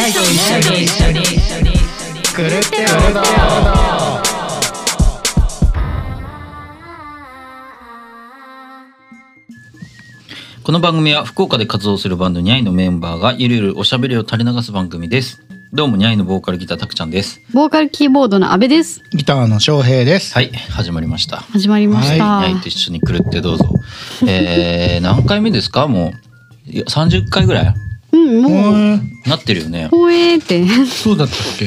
と一緒に狂って踊ろう。 この番組は福岡で活動するバンドニャイのメンバーがゆるゆるおしゃべりを垂れ流す番組です。どうもニャイのボーカルギターたくちゃんです。 ボーカルキーボードの阿部です。 ギターの翔平です。 はい、始まりました。 始まりました。 ニャイと一緒に狂ってどうぞ。何回目ですか？もう30回ぐらい。 もうなってるよね。 ほえーってそうだったっけって。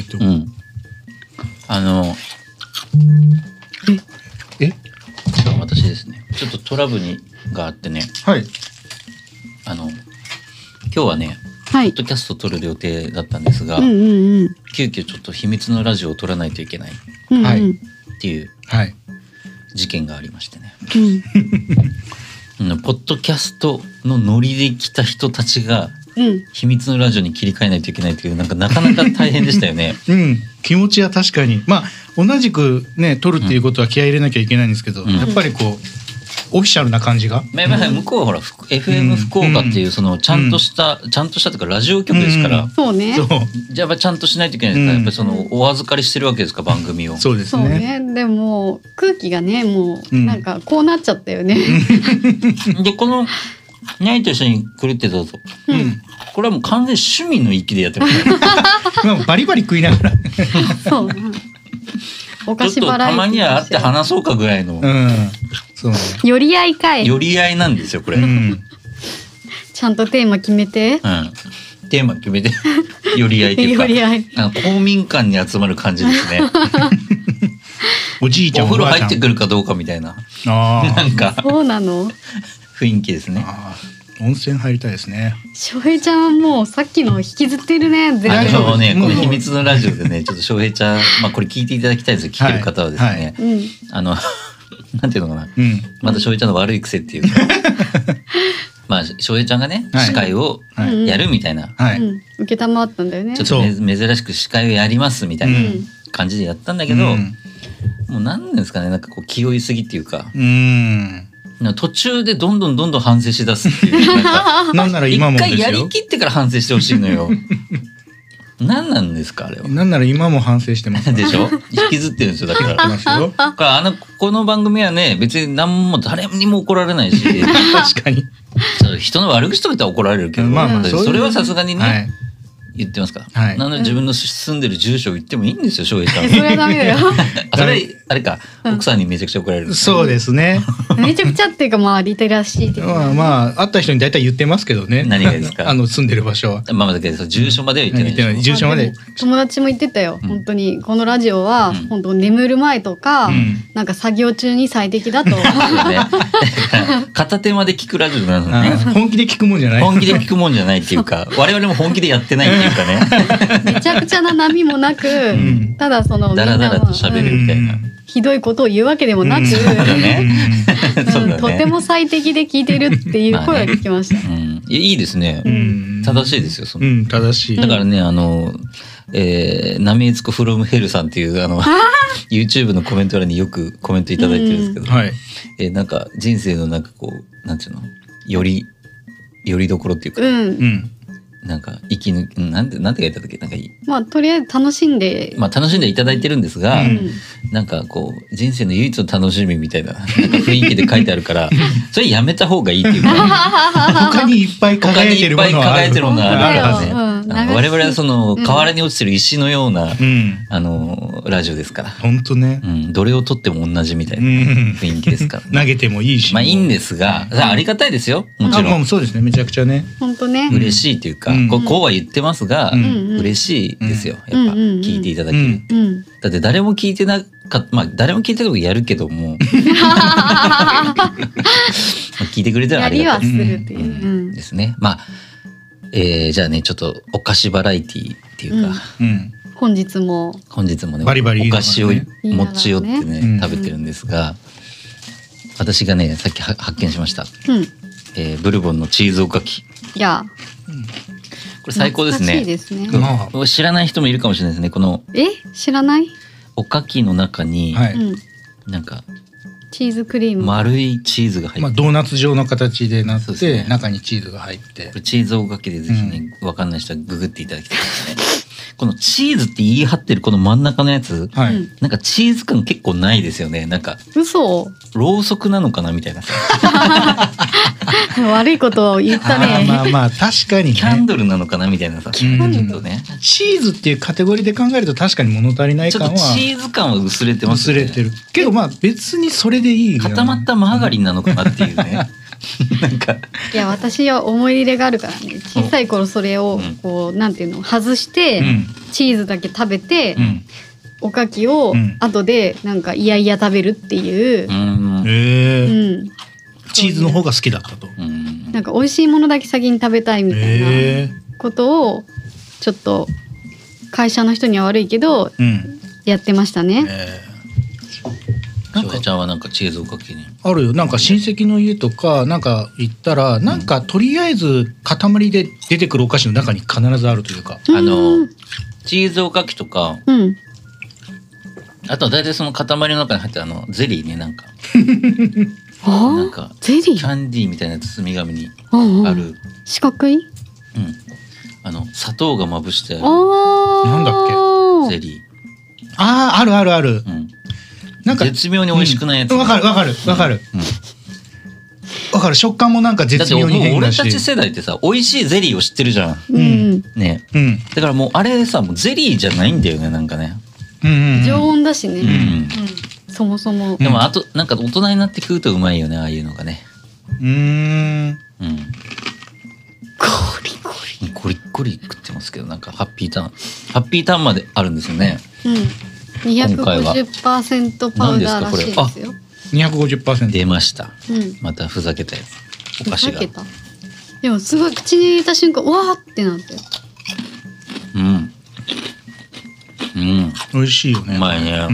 私ですね。ちょっとトラブルがあってね。 はい。 今日はね、 はい、 ポッドキャスト撮る予定だったんですが、急遽ちょっと秘密のラジオを撮らないといけないっていう事件がありましてね。ポッドキャストのノリで来た人たちが秘密のラジオに切り替えないといけないというなかなか大変でしたよね。 気持ちは確かに、まあ同じくね撮るっていうことは気合い入れなきゃいけないんですけど、やっぱりこうオフィシャルな感じが、 向こうはほら FM 福岡っていうそのちゃんとしたというかラジオ局ですから、 そうね。 じゃあちゃんとしないといけないですから、やっぱりそのお預かりしてるわけですか、番組を。 そうですね。 でも空気がねもうなんかこうなっちゃったよね。 でこのニャイと一緒に狂ってどうぞ。これはもう完全に趣味の域でやってますね。 バリバリ食いながら。 そう。お菓子ちょっとたまには会って話そうかぐらいの。 そうね。 寄り合いかい。 寄り合いなんですよこれ。 ちゃんとテーマ決めて。 テーマ決めて寄り合いっていうか。 寄り合い。 公民館に集まる感じですね。 おじいちゃんお風呂入ってくるかどうかみたいな。なんか。 そうなの。 雰囲気ですね。 温泉入りたいですね。 翔平ちゃんはもうさっきの引きずってるね。 この秘密のラジオでね、ちょっと翔平ちゃん、これ聞いていただきたいですよ。聞ける方はですね、なんていうのかな、また翔平ちゃんの悪い癖っていうか、翔平ちゃんがね、司会をやるみたいな、 受けたまったんだよね。 ちょっと珍しく司会をやりますみたいな感じでやったんだけど、もう何ですかね、なんかこう気負いすぎっていうか。途中でどんどん反省しだすっていう。 なんなら今もですよ。 一回やりきってから反省してほしいのよ。何なんですかあれは。 なんなら今も反省してます。 でしょ。引きずってるんですよだから。この番組はね別に何も誰にも怒られないし。 確かに。 人の悪口とか言ったら怒られるけど、それはさすがにね。言ってますから。なので自分の住んでる住所を言ってもいいんですよ翔平ちゃん。 それはダメだよ。 それあれか、奥さんにめちゃくちゃ怒られる。 そうですね。 めちゃくちゃっていうかリテラシー的な。 会った人に大体言ってますけどね。 何がですか。 住んでる場所は。 だけど住所までは言ってない。 住所まで。 友達も言ってたよ。本当にこのラジオは本当眠る前とかなんか作業中に最適だと。 片手まで聞くラジオなんですね。 本気で聞くもんじゃない。 本気で聞くもんじゃないっていうか、我々も本気でやってないっていうかね。 めちゃくちゃな波もなく、ただそのダラダラと喋るみたいな。 ひどいことを言うわけでもなく、とても最適で聞いてるっていう声を聞きました。 いいですね。正しいですよ。 正しい。 だからねナメイツコフロムヘルさんっていうYouTube のコメント欄によくコメントいただいてるんですけど、なんか人生のなんかこうなんていうのよりどころっていうか。なんか息抜きなんて書いた時なんかとりあえず楽しんでいただいてるんですが、なんかこう人生の唯一の楽しみみたいな雰囲気で書いてあるからそれやめた方がいいっていうか、 他にいっぱい輝いてるものがあるからね。我々はその河原に落ちてる石のようなラジオですから。 本当ね。 どれを取っても同じみたいな雰囲気ですから。 投げてもいいし。 いいんですが、ありがたいですよ。もちろん。 そうですね。めちゃくちゃね。 本当ね。 嬉しいっていうか。こうは言ってますが、嬉しいですよ。やっぱ聞いていただける。だって誰も聞いてなかった、誰も聞いてることやるけども、聞いてくれたらありがたい。 やりはするっていうですね。じゃあねちょっとお菓子バラエティっていうか、 本日もねバリバリお菓子を持ち寄ってね食べてるんですが、私がねさっき発見しました。ブルボンのチーズおかき。これ最高ですね。知らない人もいるかもしれないですね。この知らない？ おかきの中になんかチーズクリーム。 丸いチーズが入って、 まあ、ドーナツ状の形でなって、 ね、 中にチーズが入って。 これチーズおかけでぜひね、わかんない人はググっていただきたいですね。このチーズって言い張ってるこの真ん中のやつ、 はい、 なんかチーズ感結構ないですよね。なんか嘘。 ろうそくなのかなみたいな。 悪いことを言ったね。 まあまあ確かに、ね、 キャンドルなのかなみたいなさ、ちょっとね。 チーズっていうカテゴリーで考えると確かに物足りない感は。 ちょっとチーズ感は薄れてますね。薄れてる。けどまあ別にそれでいい。 固まったマーガリンなのかなっていうね。なんかいや私は思い入れがあるからね。小さい頃それをこうなんていうの外して、チーズだけ食べて、おかきを後でなんかいやいや食べるっていう。 チーズの方が好きだったと。 なんか美味しいものだけ先に食べたいみたいなことをちょっと会社の人には悪いけどやってましたね。 翔平ちゃんはなんかチーズおかきにあるよ。なんか親戚の家とかなんか行ったらなんかとりあえず塊で出てくるお菓子の中に必ずあるというか、 チーズおかきとか、あとは大体その塊の中に入ってゼリーね、なんかなんかゼリーキャンディーみたいな包み紙にある四角い、 砂糖がまぶしてあるなんだっけゼリー。 あるあるある。 なんか絶妙に美味しくないやつ。 わかるわかるわかる。わかる。食感もなんか絶妙に変だし。 俺たち世代ってさ、美味しいゼリーを知ってるじゃん。ね。だからもうあれさ、もうゼリーじゃないんだよね、なんかね。 常温だしね。そもそも。 でもあとなんか大人になって食うとうまいよね、ああいうのがね。コリコリ食ってますけど、なんかハッピーターンまであるんですよね。 250% パウダーらしいですよ。 250% 出ました。またふざけたやつ。お菓子が。 でもすごい口に入れた瞬間わーってなって。 美味しいよね。 うまいね。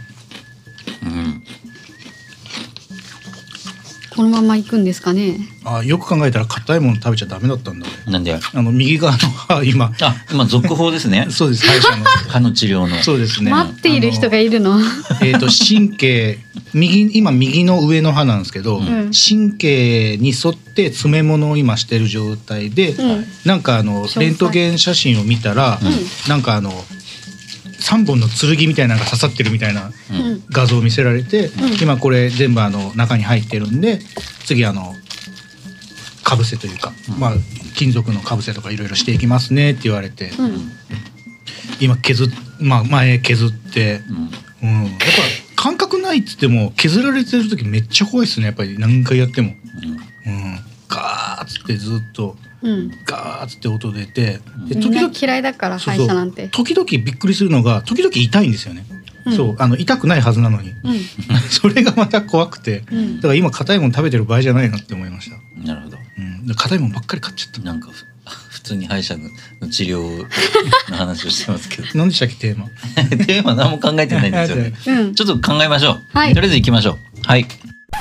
このまま行くんですかね。 よく考えたら硬いもの食べちゃダメだったんだ。 なんで？ 右側の歯今続報ですね。 そうです。歯医者の歯の治療の。 そうですね。 待っている人がいるの。 神経今右の上の歯なんですけど、神経に沿って詰め物を今してる状態で、なんかレントゲン写真を見たら、なんか3本の剣みたいなのが刺さってるみたいな画像を見せられて、今これ全部中に入ってるんで、次かぶせというか、金属のかぶせとかいろいろしていきますねって言われて、今前削って、やっぱ感覚ないっつっても削られてる時めっちゃ怖いですね。やっぱり何回やっても、ガーッつってずっと。ガーッつって音出て、 みんな嫌いだから歯医者なんて。 時々びっくりするのが時々痛いんですよね。痛くないはずなのに、それがまた怖くて、だから今硬いもの食べてる場合じゃないなって思いました。 なるほど。 硬いものばっかり買っちゃった。 なんか普通に歯医者の治療の話をしてますけど。 何でしたっけテーマ？ テーマ何も考えてないんですよね。ちょっと考えましょう。とりあえず行きましょう。はい。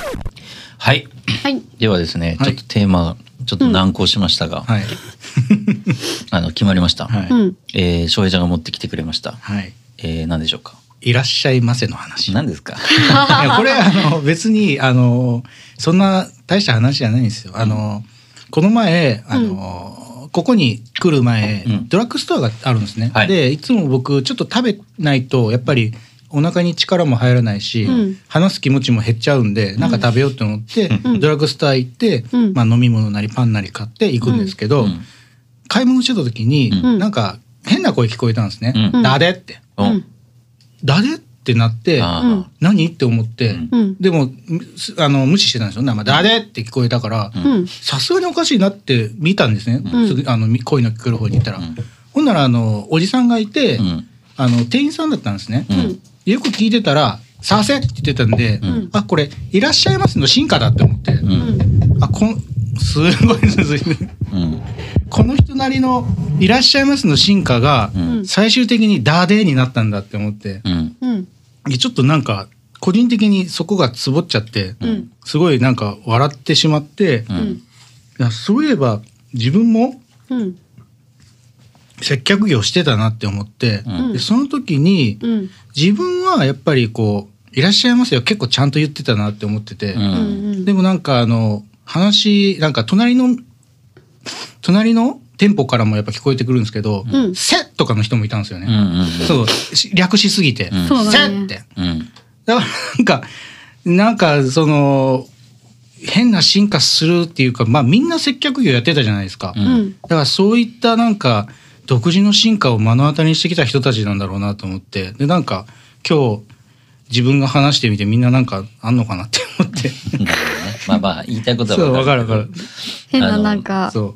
ではですね、ちょっとテーマちょっと難航しましたが、決まりました。翔平ちゃんが持ってきてくれました。何でしょうか？ いらっしゃいませの話。 何ですか？ これ別にそんな大した話じゃないんですよ。この前ここに来る前、ドラッグストアがあるんですね。でいつも僕ちょっと食べないとやっぱりお腹に力も入らないし、話す気持ちも減っちゃうんで、なんか食べようと思って、ドラッグストア行って、飲み物なりパンなり買って行くんですけど、買い物してた時に、なんか変な声聞こえたんですね。だでって。だでってなって、何って思って、でも無視してたんですよ。だでって聞こえたから、さすがにおかしいなって見たんですね。声の聞こえる方に行ったら。ほんならおじさんがいて、店員さんだったんですね。よく聞いてたら「させ」って言ってたんで、これ「いらっしゃいます」の進化だって思って、すごいですね。この人なりの「いらっしゃいます」の進化が最終的に「だで」になったんだって思って、ちょっとなんか個人的にそこがつぼっちゃって、すごいなんか笑ってしまって、そういえば自分も接客業してたなって思って、でその時に、自分はやっぱりこういらっしゃいますよ結構ちゃんと言ってたなって思ってて、 うん、 でもなんか話なんか隣の店舗からもやっぱ聞こえてくるんですけど、 うん、 せとかの人もいたんですよね、 うんうんうん、 そう略しすぎて、 うん、 せって、 うん、 だからなんかその変な進化するっていうか、まあみんな接客業やってたじゃないですか、 うん、 だからそういったなんか独自の進化を目の当たりにしてきた人たちなんだろうなと思って、でなんか今日自分が話してみてみんななんかあんのかなって思ってまあまあ言いたいことは分かる分かる変ななんかそう、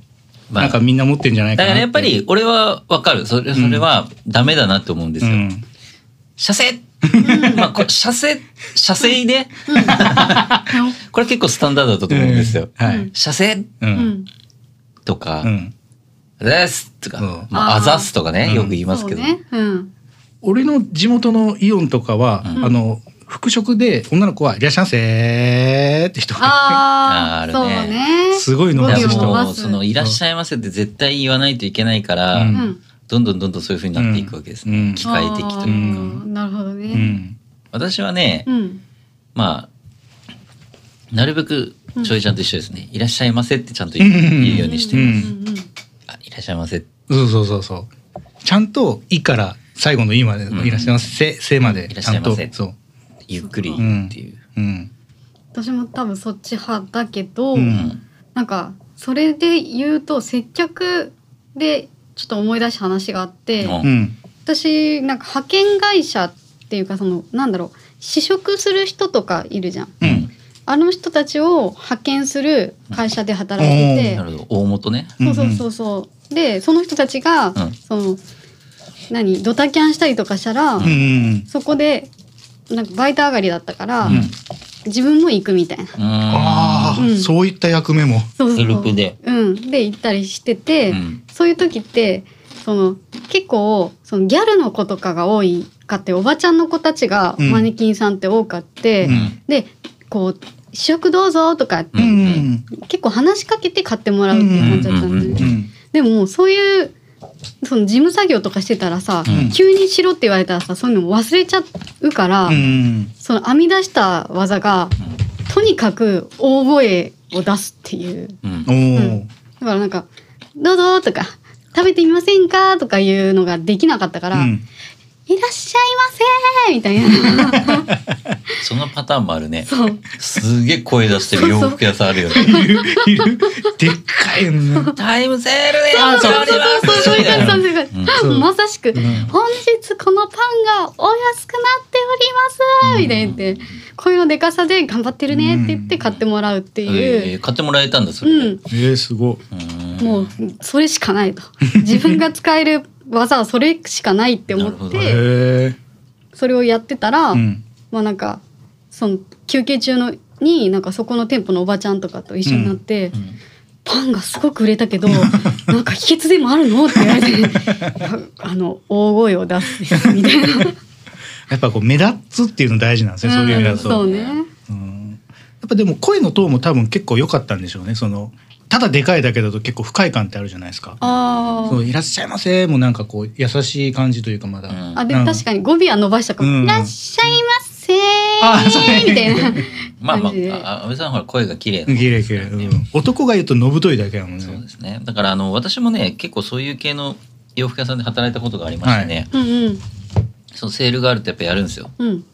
なんかみんな持ってんじゃないかなって。 だからやっぱり俺は分かる、それはダメだなって思うんですよ、射精まあこれ射精ねこれ結構スタンダードだと思うんですよ、射精とかですとかあざすとかねよく言いますけど、 俺の地元のイオンとかは服飾で女の子はいらっしゃいませって人があるね、 すごい伸ばす人、 そのいらっしゃいませって絶対言わないといけないから、どんどんそういう風になっていくわけですね、機械的というか。 なるほどね、 私はね、まあなるべくちょいちゃんと一緒ですね、いらっしゃいませってちゃんと言うようにしてます、あ、いらっしゃいませ、 そうちゃんと「い」から最後の「い」までいらっしゃいませ「せ」までちゃんとゆっくりっていう、 私も多分そっち派だけど、なんかそれで言うと接客でちょっと思い出した話があって、私なんか派遣会社っていうかそのなんだろう試食する人とかいるじゃん、あの人たちを派遣する会社で働いてて、 なるほど、大元ね、 そうでその人たちが、そのドタキャンしたりとかしたら、そこでなんかバイト上がりだったから、自分も行くみたいな、 そういった役目もグループで、 で行ったりしてて、そういう時ってその結構そのギャルの子とかが多いかって、おばちゃんの子たちがマネキンさんって多かって、でこう試食どうぞとかって、結構話しかけて買ってもらうっていう感じだったんで、でもそういうその事務作業とかしてたらさ、急にしろって言われたらさ、そういうのも忘れちゃうから、その編み出した技が、とにかく大声を出すっていう、だからなんか「どうぞ」とか「食べてみませんか?」とかいうのができなかったから「いらっしゃいませ」みたいなそのパターンもあるね。すげえ声出してる洋服屋さんあるよね。 いるでっかいのタイムセールでそういう感じ、まさしく本日このパンがお安くなっておりますみたいな言って、声のでかさで頑張ってるねって言って買ってもらうっていう、 買ってもらえたんだそれで。 すごい。 もうそれしかないと、自分が使える技はそれしかないって思ってそれをやってたら、まあなんかその休憩中のになんかそこの店舗のおばちゃんとかと一緒になって、パンがすごく売れたけどなんか秘訣でもあるのって言われて大声を出すみたいなやっぱこう目立つっていうの大事なんですね、そういう意味だと。 そうね、 やっぱでも声のトーンも多分結構良かったんでしょうね。そのただでかいだけだと結構不快感ってあるじゃないですか。そういらっしゃいませもなんかこう優しい感じというか、まだ、 で確かに語尾は伸ばしたかも、いらっしゃいませみたいなまあ安倍さんほら声が綺麗な、 綺麗、男が言うとのぶといだけだもんね。 そうですね。だから私もね結構そういう系の洋服屋さんで働いたことがありましてね、そのセールがあるとやっぱやるんですよ。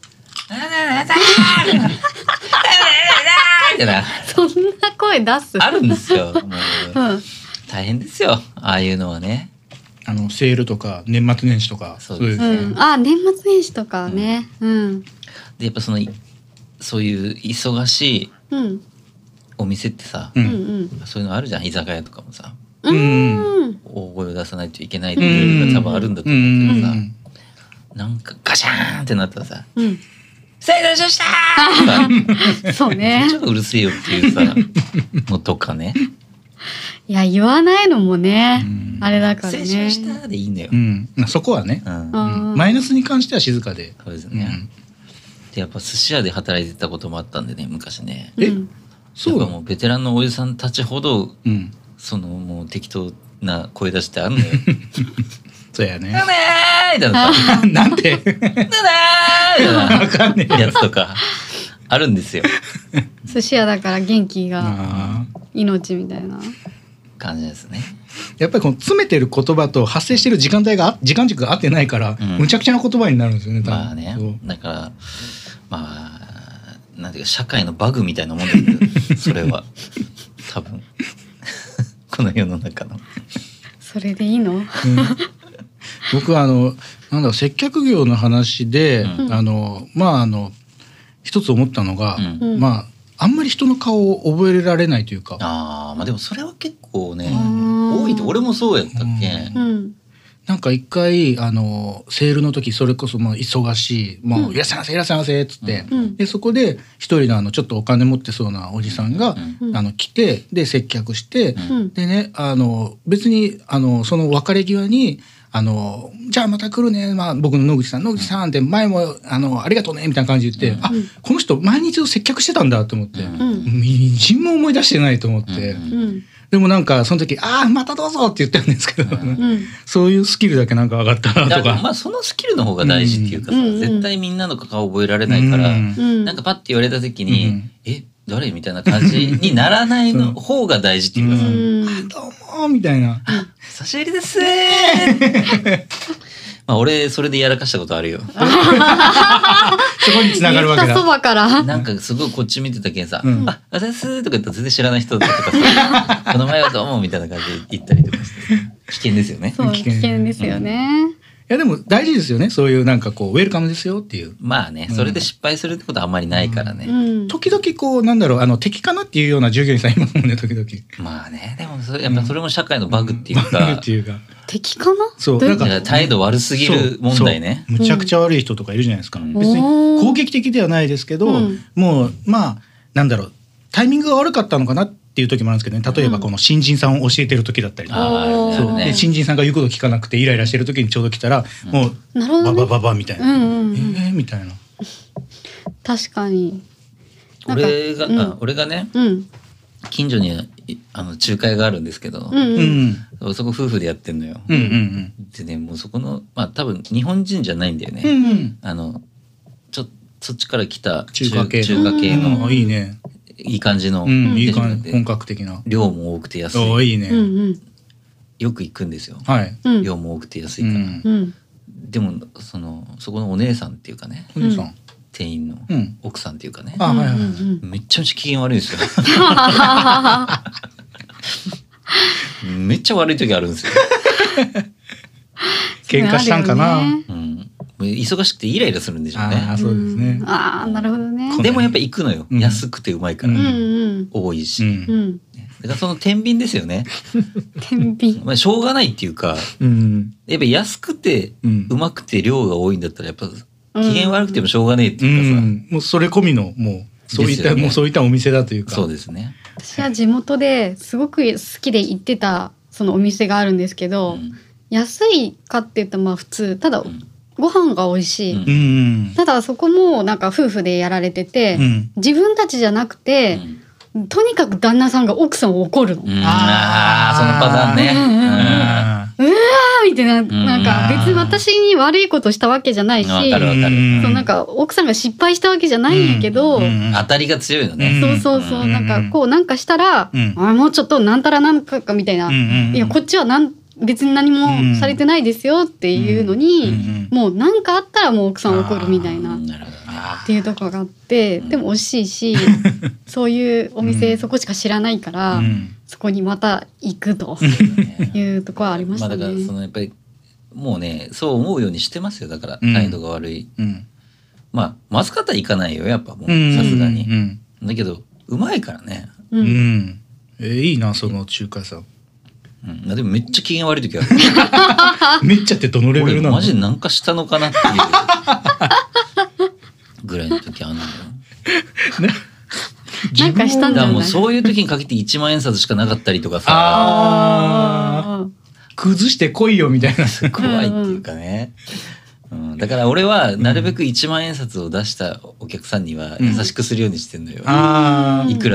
そんな声出すあるんですよ。もう大変ですよ、ああいうのはね。 セールとか年末年始とか。 そうですね。 年末年始とかね。 でやっぱそういう忙しいお店ってさ、そういうのあるじゃん、居酒屋とかもさ、大声を出さないといけないっていうのが多分あるんだと思うけどさ、なんかガシャーンってなったらさ、失礼しましたそうね。 ちょっとうるせえよっていうさのとかね。 いや言わないのもね、あれだからね。 失礼しましたでいいんだよ。 そこはね、マイナスに関しては静かで。 そうですね。でやっぱ寿司屋で働いてたこともあったんでね、昔ね。そうもうベテランのおじさんたちほど、そのもう適当な声出してあんのよ。 そうやね。 ーいだったなんてだーわかんねえやつとかあるんですよ。 寿司屋だから元気が命みたいな感じですね。 やっぱりこの詰めてる言葉と発生してる時間軸が合ってないから、むちゃくちゃな言葉になるんですよね。 まあね、だからまあなんていうか社会のバグみたいなもんだけどそれは多分この世の中のそれでいいの？ 僕はなんだ接客業の話で、一つ思ったのが、あんまり人の顔を覚えられないというか。 まあでもそれは結構ね多いって、俺もそうやったっけ。 なんか一回セールの時それこそ忙しいいらっしゃいませいらっしゃいませっつって、でそこで一人のちょっとお金持ってそうなおじさんが来て、で接客して、でね別にその別れ際にじゃあまた来るね、僕の野口さんって前もありがとうねみたいな感じで言って、この人毎日接客してたんだと思って、みじんも思い出してないと思って、でもなんかその時またどうぞって言ったんですけど、そういうスキルだけなんか上がったなとか。 そのスキルの方が大事っていうかさ、絶対みんなの顔覚えられないから、なんかパッて言われた時に誰みたいな感じにならないの方が大事っていうかさ、 どうもみたいな、 久しぶりです俺それでやらかしたことあるよ。そこに繋がるわけだ。 そばからなんかすごいこっち見てたけんさ、あざすとか言ったら全然知らない人だったとかさ、この前はどうもみたいな感じで言ったりとかして危険ですよね。 そう危険ですよね。 いやでも大事ですよね、そういうなんかこうウェルカムですよっていう。 まあね、それで失敗するってことはあんまりないからね。 時々こうなんだろう敵かなっていうような従業員さんいますもんね、時々。 まあね、でもやっぱそれも社会のバグっていうか。 敵かな？ そうだから態度悪すぎる問題ね。 むちゃくちゃ悪い人とかいるじゃないですか。別に攻撃的ではないですけど、もうなんだろうタイミングが悪かったのかなっていう時もあるんですけどね。例えばこの新人さんを教えてる時だったりとか、で新人さんが言うこと聞かなくてイライラしてる時にちょうど来たら、もうババババみたいな、みたいな。 確かに。 俺がね、近所に仲介があるんですけど、そこ夫婦でやってんのよ。でね、もうそこの多分日本人じゃないんだよね。そっちから来た中華系のいいね、 いい感じの、 いい感じ、本格的な、 量も多くて安い。 いいね。 よく行くんですよ。量も多くて安いから。でもそこのお姉さんっていうかね、店員の奥さんっていうかね、めっちゃめちゃ機嫌悪いんですよ。めっちゃ悪い時あるんですよ。 喧嘩したんかな。 忙しくてイライラするんでしょうね。 そうですね。 なるほどね。 でもやっぱ行くのよ。安くてうまいから、多いし。だからその天秤ですよね。 天秤。 しょうがないっていうか、やっぱ安くてうまくて量が多いんだったらやっぱ機嫌悪くてもしょうがねえっていうかさ、 もうそれ込みのもうそういったお店だというか。 そうですね。 私は地元ですごく好きで行ってたそのお店があるんですけど、安いかって言ったら普通、ただご飯が美味しい、ただそこもなんか夫婦でやられてて、自分たちじゃなくて、とにかく旦那さんが奥さんを怒るの。 そのパターンね。 みたいな、なんか別に私に悪いことしたわけじゃないし、そうなんか奥さんが失敗したわけじゃないんやけど、 当たりが強いのね。 そうなんかこうなんかしたら、もうちょっとなんたらなんかみたいな、いやこっちは別に何もされてないですよっていうのに、もう何かあったらもう奥さん怒るみたいなっていうところがあって、でも美味しいし、そういうお店そこしか知らないから、そこにまた行くというところはありましたね。 だからやっぱりもうね、そう思うようにしてますよ。だから態度が悪い、まずかったら行かないよ、やっぱもうさすがに。だけどうまいからね。いいなその中華さん。 でもめっちゃ機嫌悪い時ある。 めっちゃってどのレベルなの？ マジでなんかしたのかなっていうぐらいの時あるんだよ。 なんかしたんじゃない？ もうそういう時に限って1万円札しかなかったりとかさ、 崩してこいよみたいな。 怖いっていうかね。だから俺はなるべく1万円札を出したお客さんには優しくするようにしてんのよ。いくら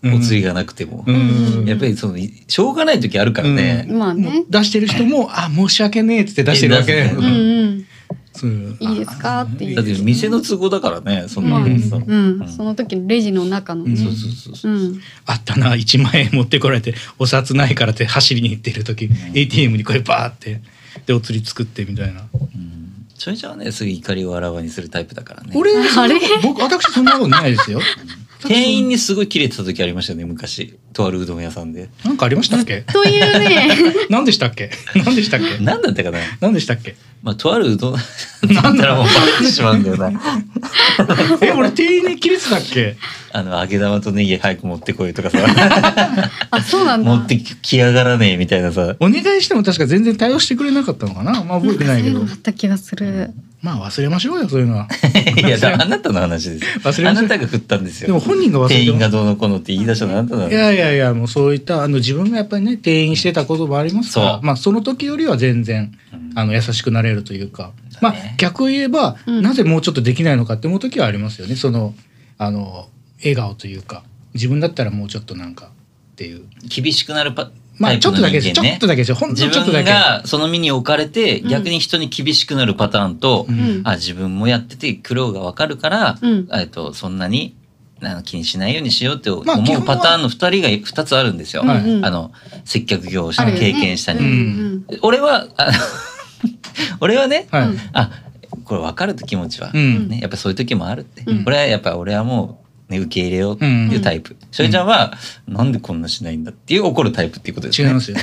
お釣りがなくても、やっぱりそのしょうがない時あるからね。 まあね。 出してる人も申し訳ねえって出してるわけだよ。 いいですかっていう。 だって店の都合だからね、そんなのその時のレジの中のね。 あったな、1万円持ってこられてお札ないからって走りに行ってる時、ATM にこれバーってでお釣り作ってみたいな。 それじゃあね、すぐ怒りをあらわにするタイプだからね。 私そんなことないですよ。 店員にすごいキレてた時ありましたよね、昔。とあるうどん屋さんで。 なんかありましたっけ？ というね。 何でしたっけ？何でしたっけ？ 何だったかな？ 何でしたっけ？ まあ、とあるうどんなんだらもうバレてしまうんだよな。 俺店員にキレてたっけ？ 揚げ玉とネギ早く持ってこいとかさ。 あ、そうなんだ。 持ってきやがらねえみたいなさ。 お願いしても確か全然対応してくれなかったのかな。まあ覚えてないけど。 そうだった気がする。 まあ忘れましょうよ、そういうのは。 いや、あなたの話です。忘れましょう。あなたが振ったんですよ。 でも本人が忘れて。 店員がどうのこうのって言い出したのあなたなの。 いや、もうそういった自分がやっぱりね店員してたこともありますから、まあその時よりは全然優しくなれるというか、まあ逆を言えばなぜもうちょっとできないのかって思う時はありますよね。その笑顔というか、自分だったらもうちょっとなんかっていう厳しくなるまあちょっとだけです、ちょっとだけですよ。ほんとちょっとだけ。 自分がその身に置かれて逆に人に厳しくなるパターンと、自分もやってて苦労がわかるから、そんなに気にしないようにしようって思うパターンの2つあるんですよ。接客業を経験したに。俺はね、これ分かると気持ちは、ね、やっぱそういう時もあるって、これはやっぱ俺はもうね、受け入れようっていうタイプ。しょいちゃんは、なんでこんなしないんだっていう怒るタイプっていうことですね。 違いますよ。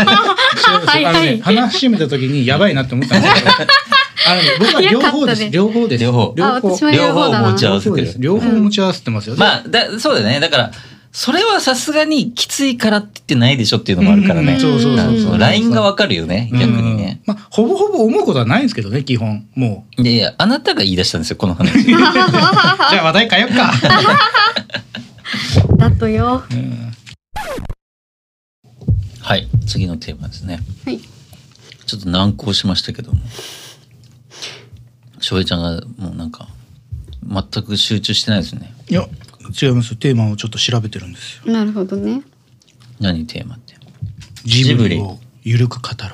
話し始めた時にやばいなって思ったんですけど、僕は両方です。両方です。 両方持ち合わせてる。 両方持ち合わせてますよ。 まあ、そうだね。だから、それはさすがにきついからって言ってないでしょっていうのもあるからね。そう。ラインがわかるよね、逆にね。 まあ、ほぼほぼ思うことはないんですけどね、基本。もう。いや、あなたが言い出したんですよ、この話。 じゃあ話題変えよっか。 だとよ。 はい、次のテーマですね。 はい。 ちょっと難航しましたけども。翔平ちゃんがもうなんか、全く集中してないですね。 いや。違います。テーマをちょっと調べてるんですよ。 なるほどね。 何テーマって？ ジブリをゆるく語ろ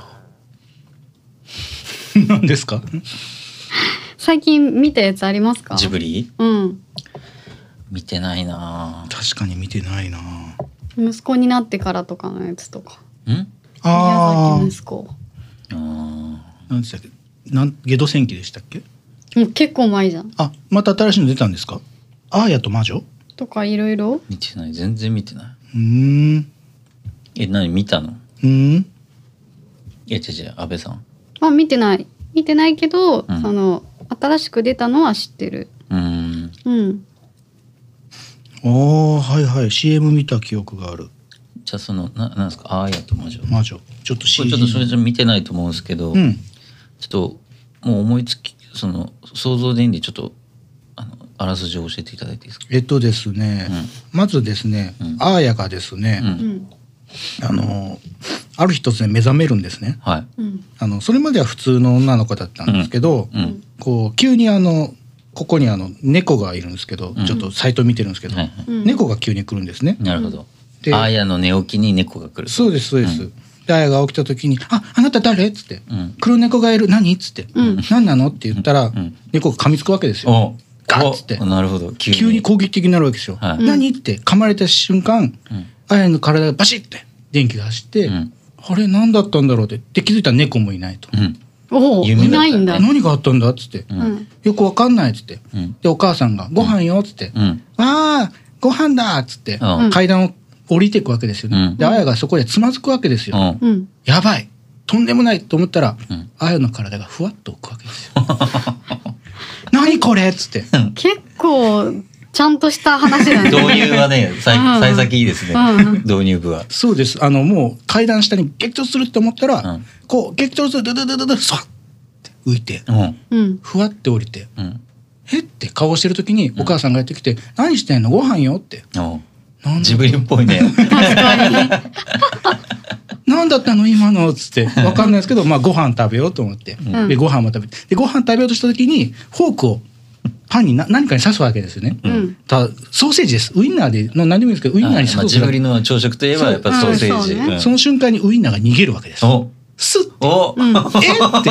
う。何ですか？ 最近見たやつありますか？ ジブリ？見てないな。 確かに見てないな。 息子になってからとかのやつとか。宮崎息子。 何でしたっけ？ゲド戦記でしたっけ？ もう結構前じゃん。 また新しいの出たんですか？アーヤと魔女？ とかいろいろ見てない、全然見てない。何見たの？違う安倍さん。 見てないけど、その新しく出たのは知ってる。 はいはい、 CM 見た記憶がある。 じゃあそのなんですか、アーヤと魔女。 ちょっと CM ちょっとそれじゃ見てないと思うんですけど、ちょっともう思いつきその想像でいいんでちょっとあらすじを教えていただいていいですか？ ですね、まずですね、アーヤがですね、ある日突然目覚めるんですね。それまでは普通の女の子だったんですけど、こう急にここに猫がいるんですけど、ちょっとサイト見てるんですけど、猫が急に来るんですね。 なるほど。アーヤの寝起きに猫が来る。 そうです。でアーヤが起きた時に「あなた誰？」っつって「黒猫がいる。何？」っつって「何なの？」って言ったら猫が噛みつくわけですよ。ガッつって。 なるほど。 急に攻撃的になるわけですよ。何って噛まれた瞬間、アーヤの体がバシッて電気が走って、あれ何だったんだろうって気づいたら猫もいないと。 いないんだ。 何があったんだっつって、よくわかんないっつって、でお母さんがご飯よっつって、あご飯だっつって階段を降りていくわけですよね。でアーヤがそこでつまずくわけですよ。やばい、とんでもないと思ったら、アーヤの体がふわっと浮くわけですよ。何これっつって。 結構ちゃんとした話だね。 導入はね、幸先いいですね。導入部は。 そうです。もう階段下に激突するって思ったら、こう激突するドドドドドそって浮いて、ふわって降りて、へって顔をしてる時にお母さんがやってきて、何してんの？ご飯よって。 ジブリっぽいね。 確かに。 何だったの今のっつって分かんないですけど、まあご飯食べようと思って、でご飯も食べて、でご飯食べようとした時にフォークをパンに何かに刺すわけですよね。ソーセージです。ウインナーで何でもいいんですけどウインナーに刺す。 ジブリの朝食といえばやっぱソーセージ。 その瞬間にウインナーが逃げるわけです。スッて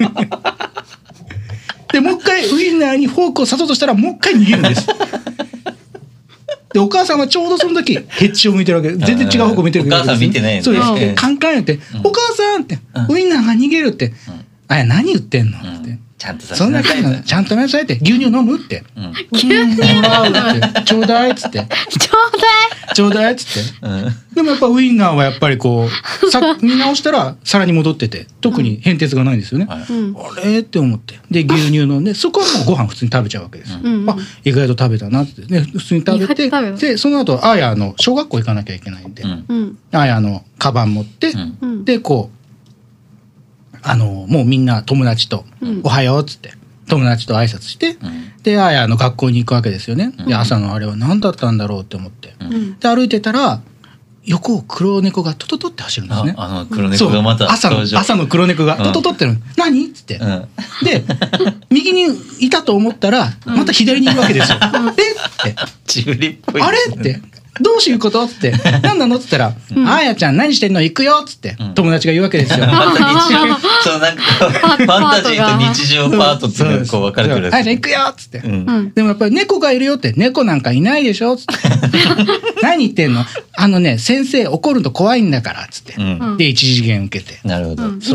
でもう一回ウインナーにフォークを刺そうとしたらもう一回逃げるんです。でお母さんはちょうどその時ヘッジを向いてるわけ。全然違う方向向いてるわけです。 お母さん見てないんです。そうです。カンカンやってお母さんってウインナーが逃げるって。あや何言ってんのって。 ちゃんとそんな感じちゃんとなさいって牛乳飲むって、 牛乳もらうってちょうだいっつってちょうだいっつって、でもやっぱウインナーはやっぱりこう見直したら皿に戻ってて特に変哲がないんですよね、あれって思ってで牛乳飲んでそこはもうご飯普通に食べちゃうわけです、あ意外と食べたなってね普通に食べてでその後あや小学校行かなきゃいけないんで、あやカバン持って、でこうもうみんな友達と「おはよう」っつって友達と挨拶して、であや学校に行くわけですよね。で朝のあれは何だったんだろうって思って、で歩いてたら横を黒猫がトトトって走るんですね。 黒猫がまた朝の黒猫がトトトってる、何っつって、で右にいたと思ったらまた左にいるわけですよ。ってジブリっぽいあれってどういうことって何なのって言ったら「あやちゃん何してんの行くよ」っつって友達が言うわけですよ。 また日常そうなんかファンタジーと日常パートっていうのがこう分かれてる。 あやちゃん行くよっつって、でもやっぱり猫がいるよって猫なんかいないでしょっつって何言ってんの先生怒ると怖いんだからっつって、で一次元受けて、 なるほど、 一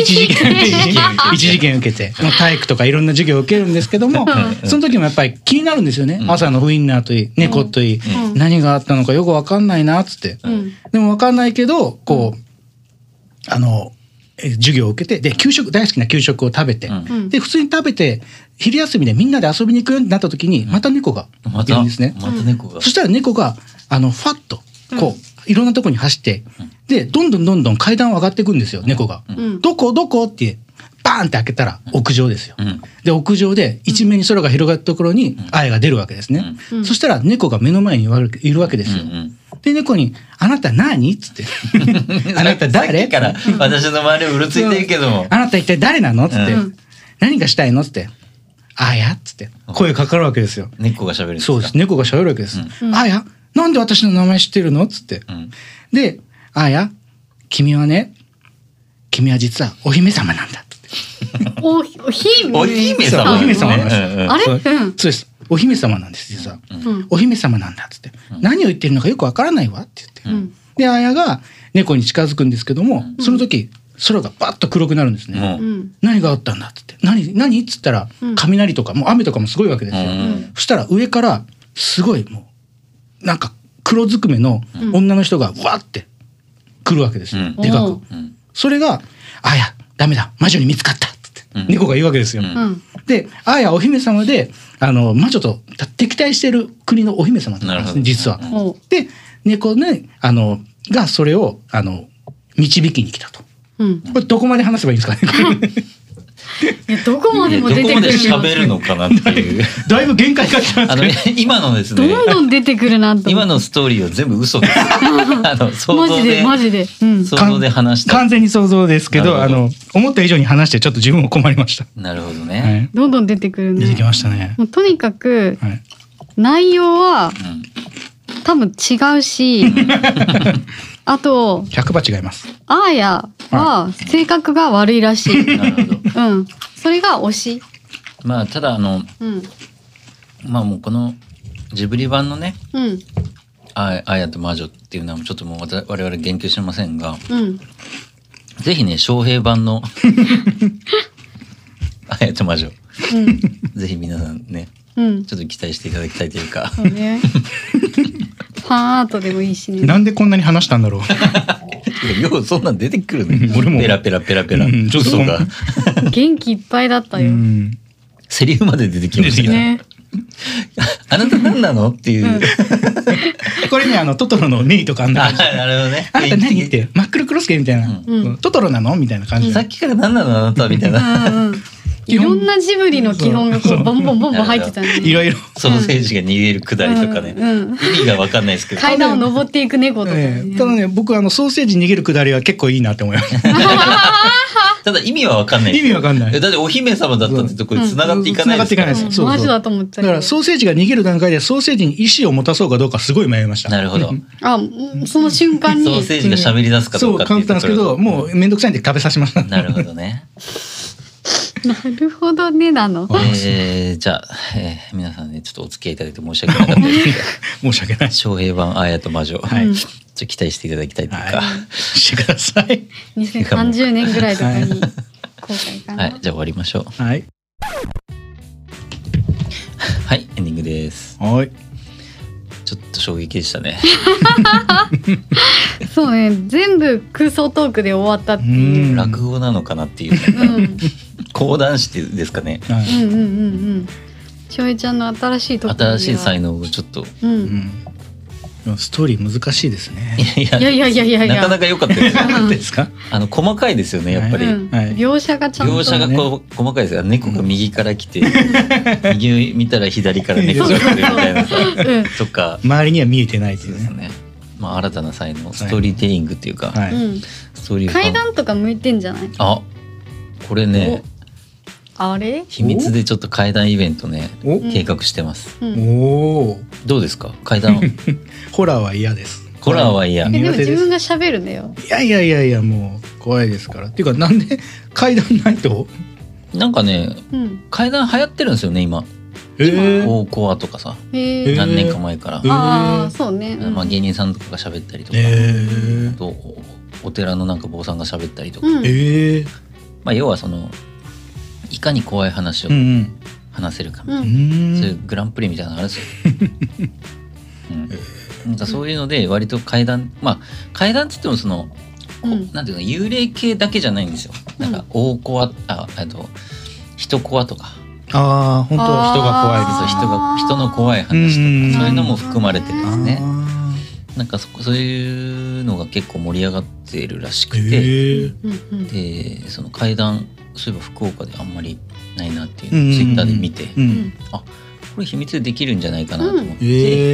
次元受けて体育とかいろんな授業を受けるんですけども、その時もやっぱり気になるんですよね。朝のウインナーといい猫といい何があったのかよく分かんないなっつって、でも分かんないけどこう授業を受けてで大好きな給食を食べて、で普通に食べて昼休みでみんなで遊びに行くようになった時にまた猫がいるんですね。そしたら猫がファッとこういろんなとこに走って、でどんどん階段を上がっていくんですよ猫が。どこってバーンって開けたら屋上ですよ。で屋上で一面に空が広がったところにあやが出るわけですね。そしたら猫が目の前にいるわけですよ。で猫に「あなた何?」っつって「あなた誰?」 さっきから私の周りをうろついてるけども 「あなた一体誰なの?」っつって「何がしたいの?」っつって「あや」っつって声かかるわけですよ。 猫が喋るんですか？ そうです。猫が喋るわけです。あやなんで私の名前知ってるのっつって、であや君は実はお姫様なんだっつってお姫様なんです。 あれそうです。お姫様なんです実は、お姫様なんだっつって、何を言ってるのかよくわからないわって言って、であやが猫に近づくんですけども、その時空がバッと黒くなるんですね。何があったんだっつって何っつったら雷とかもう雨とかもすごいわけですよ。そしたら上からすごいもうなんか黒ずくめの女の人がわって来るわけですよ、でかく。それが「あやダメだ魔女に見つかった」って猫が言うわけですよ。であやお姫様で魔女と敵対してる国のお姫様なんですね実は。で猫ねがそれを導きに来たと。これどこまで話せばいいんですかね。 どこまでも出てくる。 どこまで喋るのかなっていう。 だいぶ限界が来たんですけど。 今のですね。 どんどん出てくるなと。 今のストーリーは全部嘘です。想像でマジで、 想像で話した。 完全に想像ですけど、思った以上に話してちょっと自分も困りました。 なるほどね。 どんどん出てくるね。 出てきましたね。 もうとにかく内容は多分違うし。あと 100%違います。 あーやは性格が悪いらしい。 なるほど。 それが推し。 まあただまあもうこのジブリ版のね、あやと魔女っていうのはちょっともう我々言及しませんが、ぜひね翔平版のあやと魔女、ぜひ皆さんね、ちょっと期待していただきたいというか。 そうね。ファンアートでもいいしね。 なんでこんなに話したんだろう。 ようそんなん出てくるね。 俺もペラペラ。ちょっとが元気いっぱいだったよ。 セリフまで出てきましたね。あなた何なのっていう。 これねトトロのメイとかあんな感じ。 なるほどね。 あなた何って真っ黒クロスケみたいな。トトロなのみたいな感じ。 さっきから何なのあなたみたいな。 いろんなジブリの基本がこうボンボンボンボン入ってたね。 いろいろソーセージが逃げるくだりとかね、意味が分かんないですけど、 階段を登っていく猫とかね。 ただね、僕ソーセージ逃げるくだりは結構いいなって思います。 ただ意味は分かんない。 意味分かんない。 だってお姫様だったってところに繋がっていかないですから。 マジだと思った。 だからソーセージが逃げる段階でソーセージに意思を持たそうかどうかすごい迷いました。 なるほど。 その瞬間にソーセージが喋り出すかどうかっていうところ。 そう簡単ですけど、もうめんどくさいんで食べさせました。 なるほどね。 なるほどねなの。 じゃあ、皆さんねちょっとお付き合いいただいて申し訳なかったですけど申し訳ない。 翔平版あやと魔女、はい、ちょっと期待していただきたいというか、 してください。 2030年ぐらいとかに公開かな。 はい、じゃあ終わりましょう。 はい。 はい、エンディングです。 はい。 ちょっと衝撃でしたね。 そうね、全部空想トークで終わったっていう。 落語なのかなっていう。講談師ですかね。 翔平ちゃんの新しい特技は。 新しい才能をちょっと。 ストーリー難しいですね。 いやなかなか良かったですか。 細かいですよね、やっぱり。 描写がちゃんと。 描写が細かいですよ。猫が右から来て、右見たら左から猫が来るみたいなさ、とか。 周りには見えてないですね。まあ新たな才能、ストーリーテリングっていうか、 ストーリー。階段とか向いてんじゃない？ あ、これね。 あれ？ 秘密でちょっと階段イベントね計画してます。どうですか階段？ ホラーは嫌です。 ホラーは嫌。 でも自分が喋るんだよ。 いやもう怖いですから。っていうかなんで階段ないと？ なんかね、階段流行ってるんですよね今。大コアとかさ、何年か前から。 ああそうね。 まあ芸人さんとかが喋ったりとか、とお寺のなんか坊さんが喋ったりとか。まあ要はそのいかに怖い話を話せるかみたいな、そういうグランプリみたいなのあるんですよ。なんかそういうので割と怪談、まあ怪談っつってもその、なんていうの幽霊系だけじゃないんですよ。なんか大コア、人コアとか。 ああ本当人が怖いです。 人の怖い話とかそういうのも含まれてるんですね。なんかそういうのが結構盛り上がってるらしくて、でその怪談そういえば福岡であんまりないなっていうのをツイッターで見て、あこれ秘密でできるんじゃないかなと思って、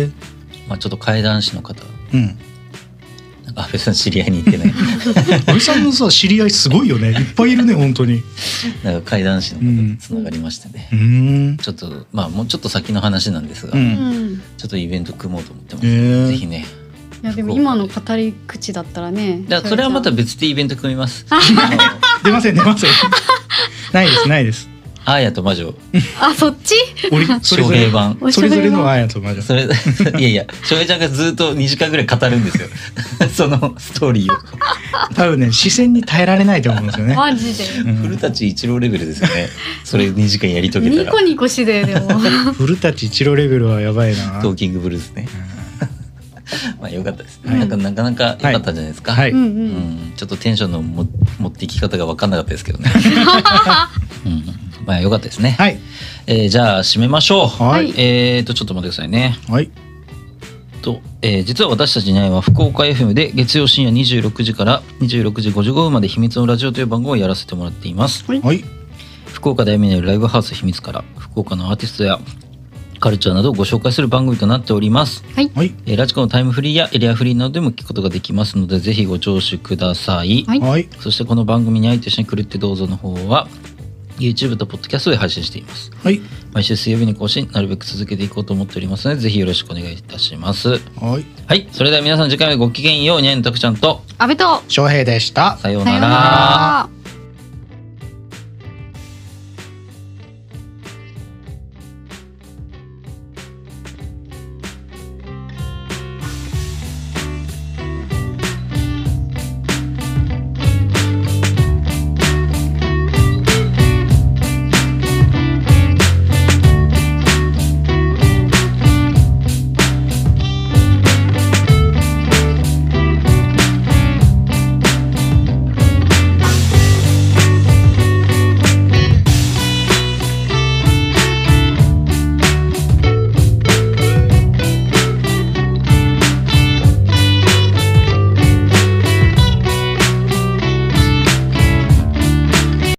まあちょっと怪談師の方、なんか安倍さん知り合いに行ってない。 安倍さんのさ知り合いすごいよね。いっぱいいるね本当に。 なんか怪談師の方とつながりましてね。ちょっとまあもうちょっと先の話なんですが、ちょっとイベント組もうと思ってます。ぜひね。 いやでも今の語り口だったらね。 それはまた別でイベント組みます。 出ません。ないです。 あやと魔女。 あそっち？ 翔平版。 それぞれのあやと魔女。 いや翔平ちゃんがずっと2時間ぐらい語るんですよ。そのストーリーを。 多分ね視線に耐えられないと思うんですよね。 マジで。 古舘一郎レベルですよね。それ2時間やり遂げたら。 ニコニコしてでも。 古舘一郎レベルはやばいな。 トーキングブルースね。まあ良かったです。なかなか良かったんじゃないですか。ちょっとテンションの持っていき方が分かんなかったですけどね。まあ良かったですね。じゃあ締めましょう。ちょっと待ってくださいね。実は私たちには福岡 FM で月曜深夜26時から26時55分まで秘密のラジオという番号をやらせてもらっています。福岡で歩みのライブハウス秘密から福岡のアーティストやカルチャーなどをご紹介する番組となっております。ラジコのタイムフリーやエリアフリーなどでも聞くことができますのでぜひご聴取ください。そしてこの番組に愛と一緒に狂ってどうぞの方は YouTube と Podcast で配信しています。毎週水曜日に更新なるべく続けていこうと思っておりますのでぜひよろしくお願いいたします。それでは皆さん次回までごきげんよう。にゃんのたくちゃんと阿部と翔平でした。 さようなら。